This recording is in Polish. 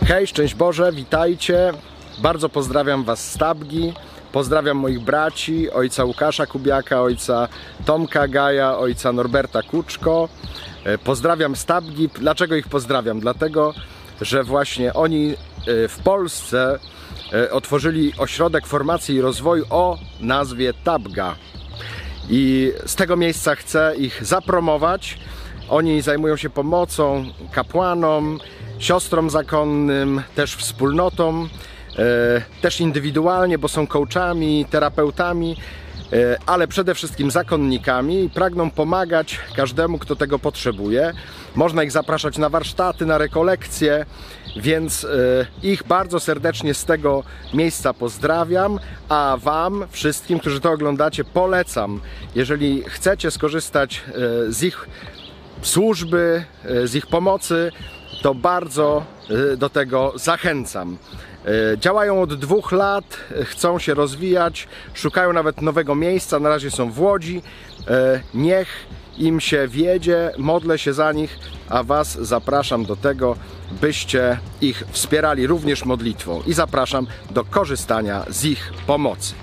Hej, szczęść Boże, witajcie. Bardzo pozdrawiam Was z Tabgi. Pozdrawiam moich braci, ojca Łukasza Kubiaka, ojca Tomka Gaja, ojca Norberta Kuczko. Pozdrawiam z Tabgi. Dlaczego ich pozdrawiam? Dlatego, że właśnie oni w Polsce otworzyli ośrodek formacji i rozwoju o nazwie Tabga. I z tego miejsca chcę ich zapromować. Oni zajmują się pomocą kapłanom, siostrom zakonnym, też wspólnotom, też indywidualnie, bo są coachami, terapeutami, ale przede wszystkim zakonnikami i pragną pomagać każdemu, kto tego potrzebuje. Można ich zapraszać na warsztaty, na rekolekcje, więc ich bardzo serdecznie z tego miejsca pozdrawiam, a Wam wszystkim, którzy to oglądacie, polecam, jeżeli chcecie skorzystać z ich służby, z ich pomocy, to bardzo do tego zachęcam. Działają od 2 lat, chcą się rozwijać, szukają nawet nowego miejsca, na razie są w Łodzi. Niech im się wiedzie, modlę się za nich, a Was zapraszam do tego, byście ich wspierali również modlitwą i zapraszam do korzystania z ich pomocy.